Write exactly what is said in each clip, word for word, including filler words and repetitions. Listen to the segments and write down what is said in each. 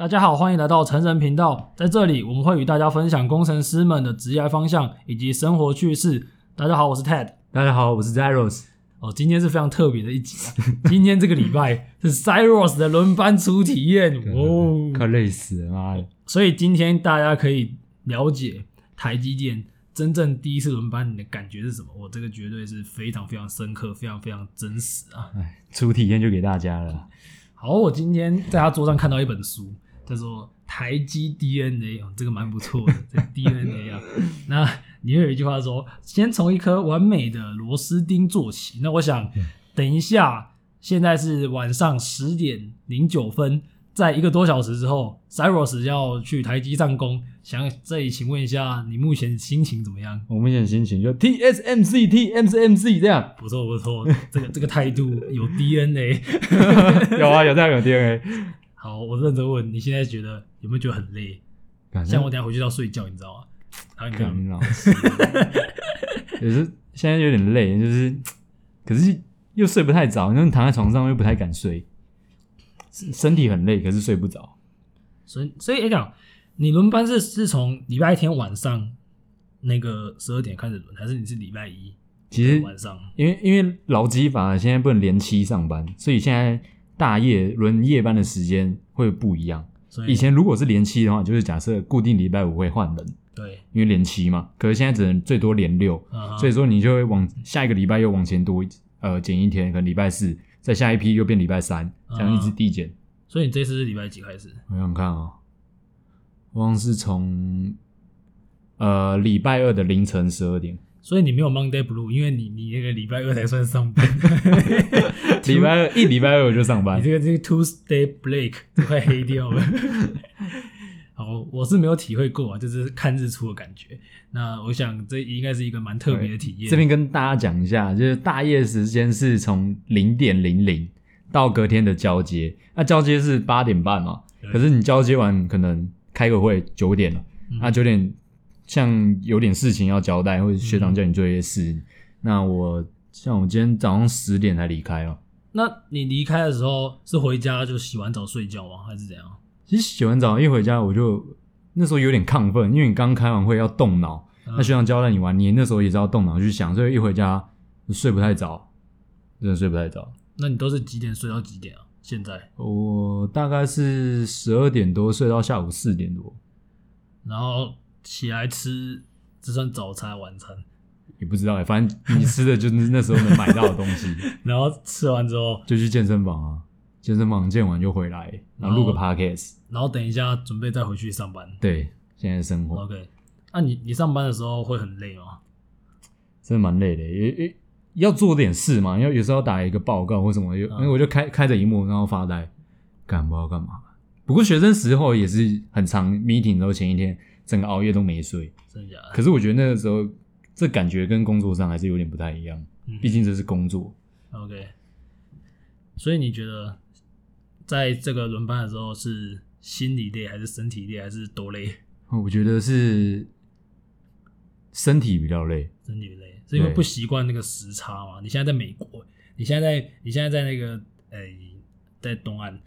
大家好，欢迎来到成人频道。在这里，我们会与大家分享工程师们的职业方向以及生活趣事。大家好，我是 Ted。 大家好，我是 Zyros。 哦，今天是非常特别的一集啊！今天这个礼拜是 Zyros 的轮班初体验哦， 快累死了，妈的！ 所以今天大家可以了解台积电真正第一次轮班你的感觉是什么。我这个绝对是非常非常深刻，非常非常真实啊！ 哎，初体验就给大家了。 好，我今天在他桌上看到一本书，叫做台积 D N A， 哦，这个蛮不错的，这个 D N A 啊。那里面有一句话说，先从一颗完美的螺丝钉做起。那我想，等一下，现在是晚上十点零九分，在一个多小时之后 ，Zyros 要去台积上工。想这里请问一下，你目前心情怎么样？ 我目前心情就 T S M C T S M C 这样， 不错不错，这个这个态度有 D N A， 有啊有这样有 D N A。 好，我认真问，你现在觉得有没有觉得很累？像我等一下回去要睡觉，你知道吗？然后你看， 老师，也是现在有点累，就是可是又睡不太着，因为躺在床上又不太敢睡，身体很累，可是睡不着。 所以，所以哎讲，你轮班是是从礼拜天晚上那个十二点开始轮，还是你是礼拜一？ 其实晚上， 因为因为劳基法现在不能连七上班，所以现在大夜轮夜班的时间会不一样。以前如果是连七的话，就是假设固定礼拜五会换人， 对， 因为连七嘛。可是现在只能最多连六，uh-huh. 所以说你就会往下一个礼拜又往前多呃减一天，可能礼拜四，再下一批又变礼拜三，这样一直递减。Uh-huh. 所以你这次是礼拜几开始？ 我想想看啊，我好像是从呃礼拜二的凌晨十二点。 所以你没有 Monday Blue， 因为你你那个礼拜二才算上班， 礼拜二一礼拜二我就上班， 你这个这个 Tuesday Blake 都快黑掉了。好，我是没有体会过啊，就是看日出的感觉。那我想这应该是一个蛮特别的体验。 这边跟大家讲一下，就是大夜时间是从零点零零到隔天的交接，那交接是八点半嘛，可是你交接完可能开个会九点了，嗯、那九点。像有点事情要交代，或者学长叫你做一些事，嗯、那我像我今天早上十点才离开哦。 那你离开的时候是回家就洗完澡睡觉吗？还是怎样？ 其实洗完澡一回家我就那时候有点亢奋，因为你刚开完会要动脑，嗯、那学长交代你完，你那时候也是要动脑去想，所以一回家就睡不太着，真的睡不太着。 那你都是几点睡到几点啊？现在我大概是十二点多睡到下午四点多， 然后起来吃，这算早餐晚餐？ 也不知道欸，反正你吃的就是那时候能买到的东西。 然后吃完之后就去健身房啊，健身房健完就回来，然后录个 podcast， 然后等一下准备再回去上班。 对，现在的生活。 OK， 那、啊、你你上班的时候会很累吗？ 真的蛮累的，也也要做点事嘛，因为有时候要打一个报告或什么，因为我就开开着萤幕然后发呆，干不知道干嘛。不过学生时候也是很长 meeting， 然后前一天整个熬夜都没睡， 真的假的？ 可是我觉得那个时候这感觉跟工作上还是有点不太一样，嗯、毕竟这是工作。 OK， 所以你觉得在这个轮班的时候是心理累还是身体累还是都累？ 我觉得是身体比较累， 身体累，是因为不习惯那个时差嘛？你现在在美国，你现在在你现在在那个诶。欸在东岸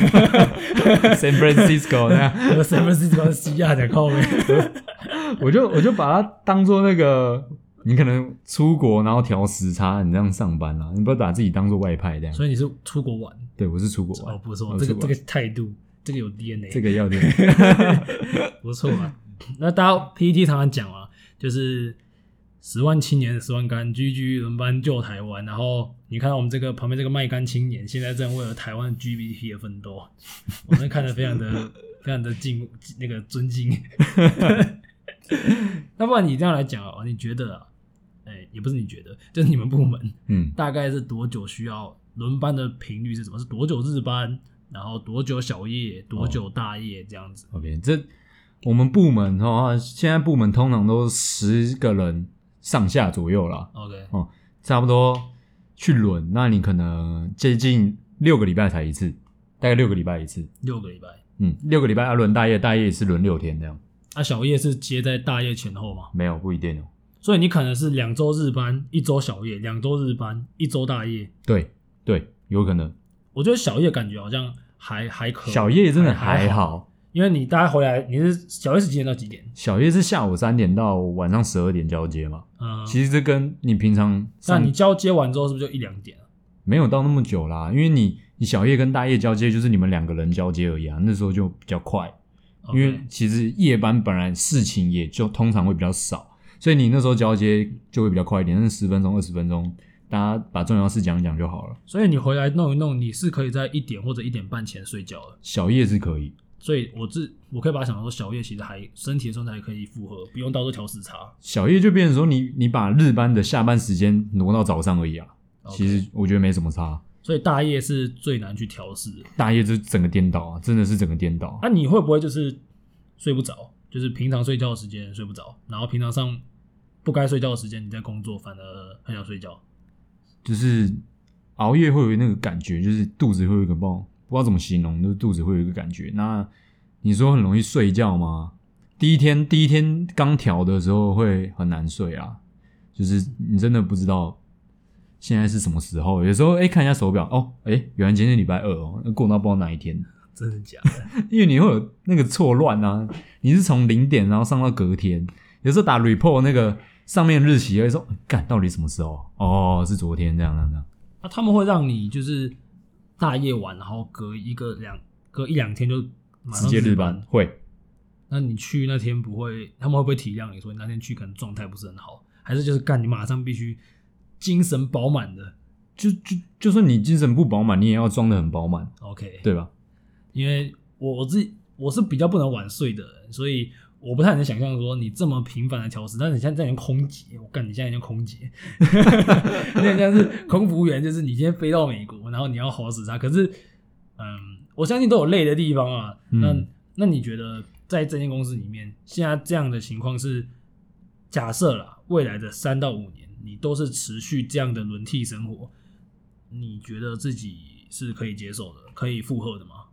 San Francisco 那样 San Francisco 是西亚的靠北我就我就把它当作那个你可能出国然后调时差你这样上班啦，你不要把自己当作外派这样。 所以你是出国玩？ 对，我是出国玩。 哦，不错，这个这个态度，这个有 D N A， 这个要 D N A 不错啊。那大家 P P T 常常讲啊，就是十万青年十万干 G G 轮班救台湾，然后你看到我们这个旁边这个麦干青年现在正为了台湾 G D P 而奋斗，我们看得非常的非常的敬那个尊敬那不然你这样来讲啊，你觉得啊欸，也不是你觉得，就是你们部门嗯，大概是多久需要轮班的频率是什么？是多久日班，然后多久小夜，多久大夜这样子。 OK， 这我们部门的话，现在部门通常都十个人上下左右啦。 OK， 哦，差不多去轮，那你可能接近六个礼拜才一次，大概六个礼拜一次。 六个礼拜， 嗯，六个礼拜要轮大夜，大夜是轮六天这样。 啊，小夜是接在大夜前后吗？ 没有，不一定哦。 所以你可能是两周日班，一周小夜，两周日班，一周大夜。 对对，有可能。 我觉得小夜感觉好像还还可以， 小夜真的还好， 因为你大概回来，你是小夜是几点到几点？ 小夜是下午三点到晚上十二点交接嘛。 嗯， 其实这跟你平常那你交接完之后是不是就一两点了？ 没有到那么久啦，因为你你小夜跟大夜交接就是你们两个人交接而已啊，那时候就比较快。 Okay. 因为其实夜班本来事情也就通常会比较少，所以你那时候交接就会比较快一点，那十分钟、二十分钟，大家把重要事讲一讲就好了。 所以你回来弄一弄，你是可以在一点或者一点半前睡觉的。 小夜是可以。 所以我自我可以把它想到说，小夜其实还身体的状态还可以负荷，不用到时候调时差。 小夜就变成说你你把日班的下班时间挪到早上而已啊， Okay. 其实我觉得没什么差。 所以大夜是最难去调试的， 大夜就整个颠倒啊，真的是整个颠倒。 那、啊、你会不会就是睡不着？就是平常睡觉的时间睡不着，然后平常上不该睡觉的时间你在工作，反而很想睡觉。 就是熬夜会有那个感觉，就是肚子会有一个不知道不知道怎么形容，就是肚子会有一个感觉。那你说很容易睡觉吗？第一天第一天刚调的时候会很难睡啊，就是你真的不知道现在是什么时候。有时候哎、欸、看一下手表，哦哎、欸、原来今天礼拜二哦，过到不知道哪一天。 真的假的？ 因为你会有那个错乱啊，你是从零点然后上到隔天，有时候打 report 那个上面日期会说干到底什么时候？哦是昨天这样这样。 那、啊、他们会让你就是大夜晚，然后隔一个两隔一两天就马上直接日班会。 那你去那天不会，他们会不会体谅你说你那天去可能状态不是很好，还是就是干你马上必须精神饱满的？ 就就就算你精神不饱满，你也要装得很饱满 ，OK， 对吧？ 因为我我自己我是比较不能晚睡的人，所以我不太能想象说你这么频繁的调试。但是你现在在像空姐，我干你现在像空姐，你很像是空服员，就是你今天飞到美国，然后你要滑时差。可是，嗯，我相信都有累的地方啊。嗯、那那你觉得在这间公司里面，现在这样的情况是假设啦，未来的三到五年，你都是持续这样的轮替生活，你觉得自己是可以接受的，可以负荷的吗？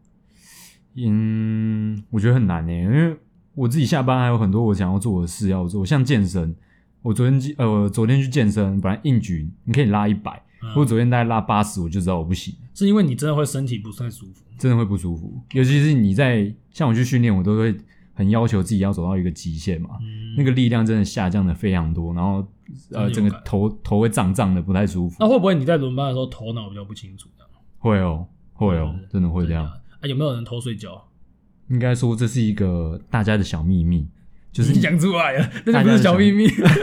嗯，我觉得很难耶，因为我自己下班还有很多我想要做的事要做，像健身。我昨天呃昨天去健身，本来硬举你可以拉一百、嗯，我昨天大概拉八十，我就知道我不行。 是因为你真的会身体不太舒服， 真的会不舒服，尤其是你在像我去训练，我都会很要求自己要走到一个极限嘛、嗯，那个力量真的下降的非常多，然后呃整个头头会胀胀的，不太舒服。 那会不会你在轮班的时候头脑比较不清楚这样？ 会哦，会哦，嗯、真的会这样。 啊，有没有人偷睡觉？ 应该说这是一个大家的小秘密，就是你讲出来了，那就不是小秘密。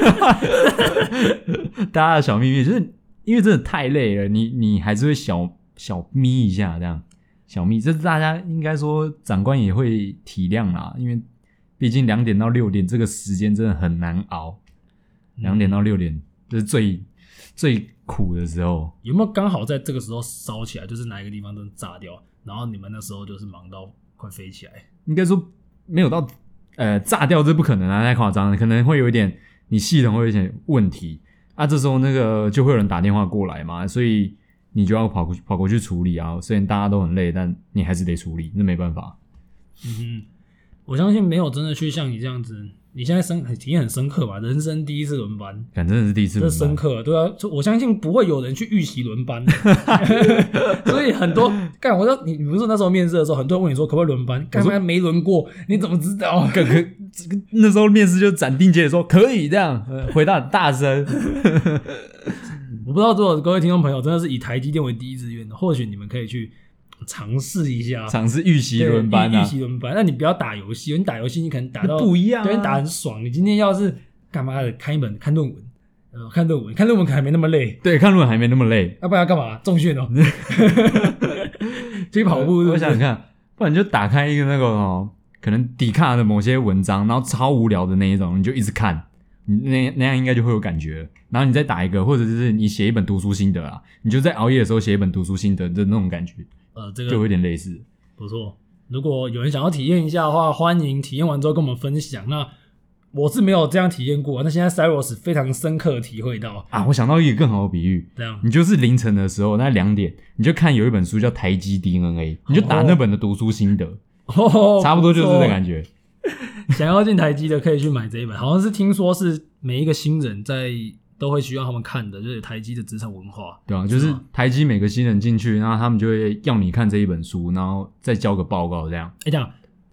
大家的小秘密就是因为真的太累了，你你还是会小小眯一下这样，小眯，这大家应该说长官也会体谅啦，因为毕竟两点到六点这个时间真的很难熬，两、嗯、点到六点就是最最苦的时候。 有没有刚好在这个时候烧起来，就是哪一个地方真的炸掉，然后你们那时候就是忙到快飞起来？ 应该说没有到呃炸掉，这不可能啊，太夸张了，可能会有一点你系统会有一点问题啊，这时候那个就会有人打电话过来嘛，所以你就要跑过去跑过去处理啊。虽然大家都很累，但你还是得处理，那没办法。 嗯哼，我相信没有真的去像你这样子，你现在深体验很深刻吧？人生第一次轮班， 感真的是第一次轮班， 这深刻，对啊，我相信不会有人去预习轮班的，所以很多干，我说你，你不是那时候面试的时候，很多人问你说可不可以轮班，干嘛没轮过，你怎么知道？ 可可那时候面试就斩钉截铁说可以这样，回答很大声。 我不知道如果各位听众朋友真的是以台积电为第一志愿的，或许你们可以去尝试一下， 尝试预习轮班啊， 预习轮班。那你不要打游戏，你打游戏你可能打到不一样、啊， 对，你打很爽。你今天要是干嘛的，看一本看论文，呃，看论文，看论文可能还没那么累。 对，看论文还没那么累。 要不然要干嘛？重训哦，去跑步是不是。 我想想看，不然你就打开一个那个哦，可能迪卡的某些文章，然后超无聊的那一种，你就一直看。那那样应该就会有感觉了，然后你再打一个，或者是你写一本读书心得啊，你就在熬夜的时候写一本读书心得的那种感觉， 呃，这个就有点类似。 不错，如果有人想要体验一下的话，欢迎体验完之后跟我们分享。那我是没有这样体验过，那现在 Cyrus 非常深刻的体会到啊。我想到一个更好的比喻， 这样， 你就是凌晨的时候，那两点，你就看有一本书叫《台积 D N A》，你就打那本的读书心得， 哦、 差不多就是这感觉。 想要进台积的可以去买这一本，好像是听说是每一个新人在都会需要他们看的，就是台积的职场文化， 对啊，就是台积每个新人进去，然后他们就会要你看这一本书，然后再交个报告这样。 哎、欸，这样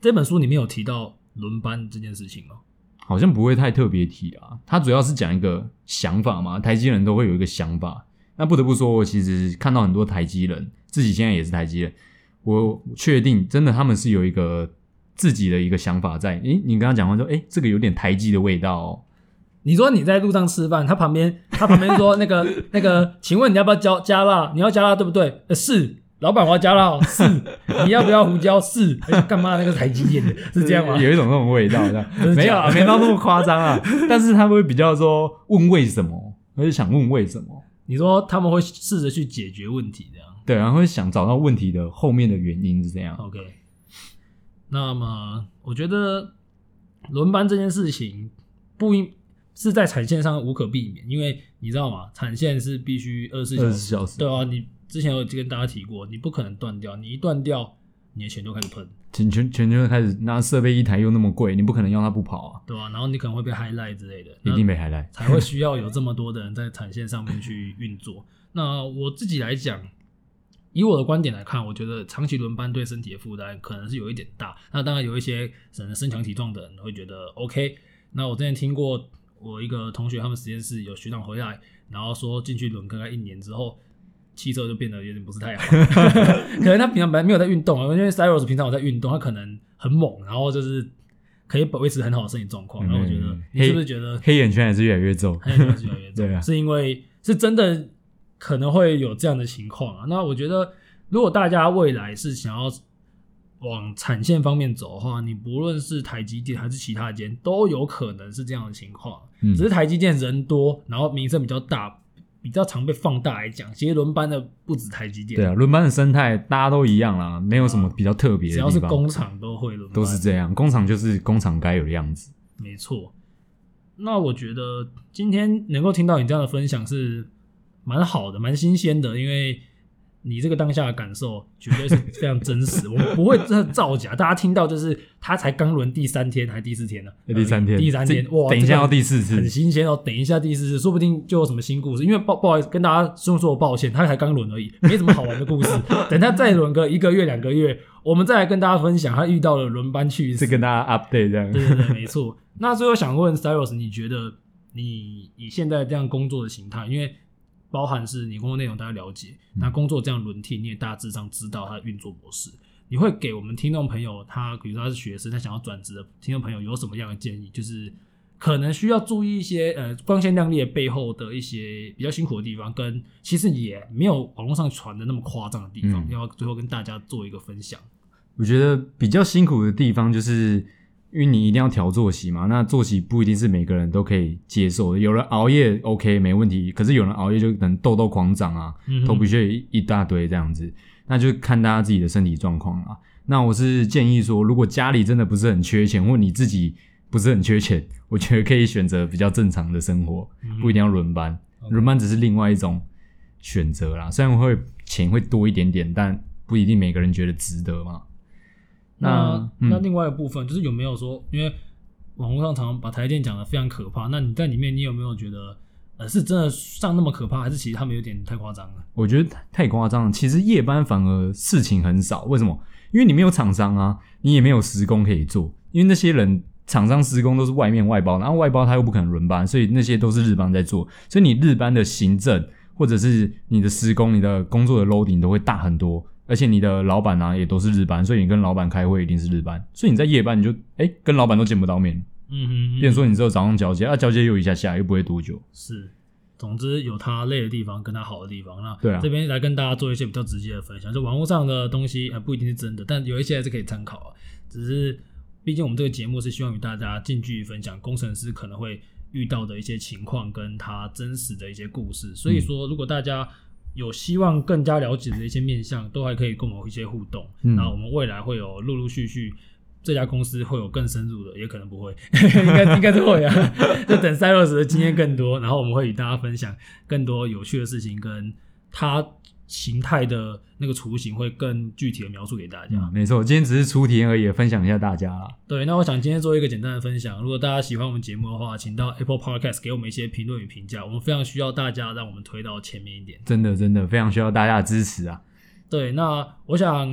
这本书里面有提到轮班这件事情吗？ 好像不会太特别提啊，他主要是讲一个想法嘛，台积人都会有一个想法。那不得不说，我其实看到很多台积人，自己现在也是台积人，我确定真的他们是有一个自己的一个想法在。诶，你跟他讲话说，诶，这个有点台积的味道哦。 你说你在路上吃饭，他旁边他旁边说那个那个，请问你要不要加加辣？你要加辣对不对？呃，是。老板我要加辣，是。你要不要胡椒？是。哎，干嘛那个台积电的是这样吗？ 有一种那种味道，这样没有啊，没到那么夸张啊。但是他们会比较说问为什么，我就想问为什么。 你说他们会试着去解决问题，这样对，然后会想找到问题的后面的原因是这样。 OK， 那么我觉得轮班这件事情不应是在产线上无可避免，因为你知道吗？产线是必须二十四小时，对啊，你。之前有跟大家提过，你不可能断掉，你一断掉，你的钱就开始喷， 全全全就开始拿设备一台又那么贵，你不可能要它不跑啊， 对啊，然后你可能会被 highlight 之类的， 一定被 highlight， 才会需要有这么多的人在产线上面去运作。那我自己来讲，以我的观点来看，我觉得长期轮班对身体的负担可能是有一点大。那当然有一些可能身强体壮的人会觉得 OK。那我之前听过我一个同学，他们实验室有学长回来，然后说进去轮大概一年之后。汽车就变得有点不是太好，可能他平常本来没有在运动啊，因为 Cyrus 平常有在运动，他可能很猛，然后就是可以维持很好的身体状况。然后我觉得，你是不是觉得黑眼圈还是越来越重？ 黑眼圈还是越来越重， 对啊， 是因为是真的可能会有这样的情况啊。那我觉得，如果大家未来是想要往产线方面走的话，你不论是台积电还是其他间，都有可能是这样的情况。嗯，只是台积电人多，然后名声比较大。比较常被放大来讲，其实轮班的不止台积电。 对啊，轮班的生态大家都一样啦，没有什么比较特别的地方。 只要是工厂都会轮班， 都是这样。工厂就是工厂该有的样子。 没错。那我觉得今天能够听到你这样的分享是蛮好的，蛮新鲜的，因为你这个当下的感受绝对是非常真实，我们不会真的造假。大家听到就是他才刚轮第三天还第四天呢、 啊？第三天， 第三天，哇！ 等一下要第四次， 很新鲜哦。等一下第四次，说不定就有什么新故事。因为不不好意思跟大家说说抱歉，他才刚轮而已，没什么好玩的故事。等他再轮个一个月两个月，我们再来跟大家分享他遇到了轮班趣事， 是跟大家 update 这样。 对对对，没错。那最后想问 Cyrus， 你觉得你以现在这样工作的形态，因为包含是你工作内容大家了解，那工作这样轮替你也大致上知道它的运作模式，你会给我们听众朋友，他比如说他是学生，他想要转职的听众朋友有什么样的建议？就是可能需要注意一些呃光鲜亮丽的背后的一些比较辛苦的地方，跟其实也没有网络上传的那么夸张的地方，嗯、要最后跟大家做一个分享。 我觉得比较辛苦的地方就是因为你一定要调作息嘛，那作息不一定是每个人都可以接受的。有人熬夜 OK 没问题，可是有人熬夜就可能痘痘狂长啊，嗯、头皮屑一大堆这样子，那就看大家自己的身体状况啦。那我是建议说，如果家里真的不是很缺钱，或你自己不是很缺钱，我觉得可以选择比较正常的生活，嗯、不一定要轮班。轮班只是另外一种选择啦，虽然会钱会多一点点，但不一定每个人觉得值得嘛。 那、嗯、那另外一个部分就是有没有说，因为网络上常常把台积电讲得非常可怕，那你在里面你有没有觉得呃是真的上那么可怕，还是其实他们有点太夸张了？ 我觉得太夸张了，其实夜班反而事情很少，为什么？因为你没有厂商啊，你也没有施工可以做，因为那些人厂商施工都是外面外包，然后外包他又不可能轮班，所以那些都是日班在做，所以你日班的行政或者是你的施工、你的工作的 loading 都会大很多。而且你的老板啊也都是日班，所以你跟老板开会一定是日班，所以你在夜班你就哎、欸、跟老板都见不到面，嗯哼嗯，变成说你只有早上交接啊，交接又一下下又不会多久， 是，总之有他累的地方跟他好的地方，那对啊， 这边来跟大家做一些比较直接的分享，就网络上的东西、呃、不一定是真的，但有一些还是可以参考啊，只是毕竟我们这个节目是希望与大家近距离分享工程师可能会遇到的一些情况跟他真实的一些故事，所以说如果大家有希望更加了解的一些面向，都还可以跟我们一些互动。嗯，然后我们未来会有陆陆续续，这家公司会有更深入的，也可能不会，应该应该是会啊。就等 Cyrus 的经验更多，然后我们会与大家分享更多有趣的事情，跟他形态的那个雏形会更具体的描述给大家。 嗯、没错，今天只是出题而已，分享一下大家啦。 对，那我想今天做一个简单的分享。如果大家喜欢我们节目的话，请到 Apple Podcast 给我们一些评论与评价，我们非常需要大家让我们推到前面一点。 真的真的非常需要大家的支持啊。 对，那我想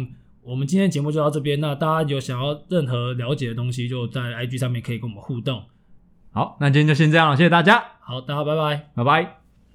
我们今天的节目就到这边，那大家有想要任何了解的东西，就在 I G 上面可以跟我们互动。 好，那今天就先这样了，谢谢大家， 好，大家拜拜， 拜拜。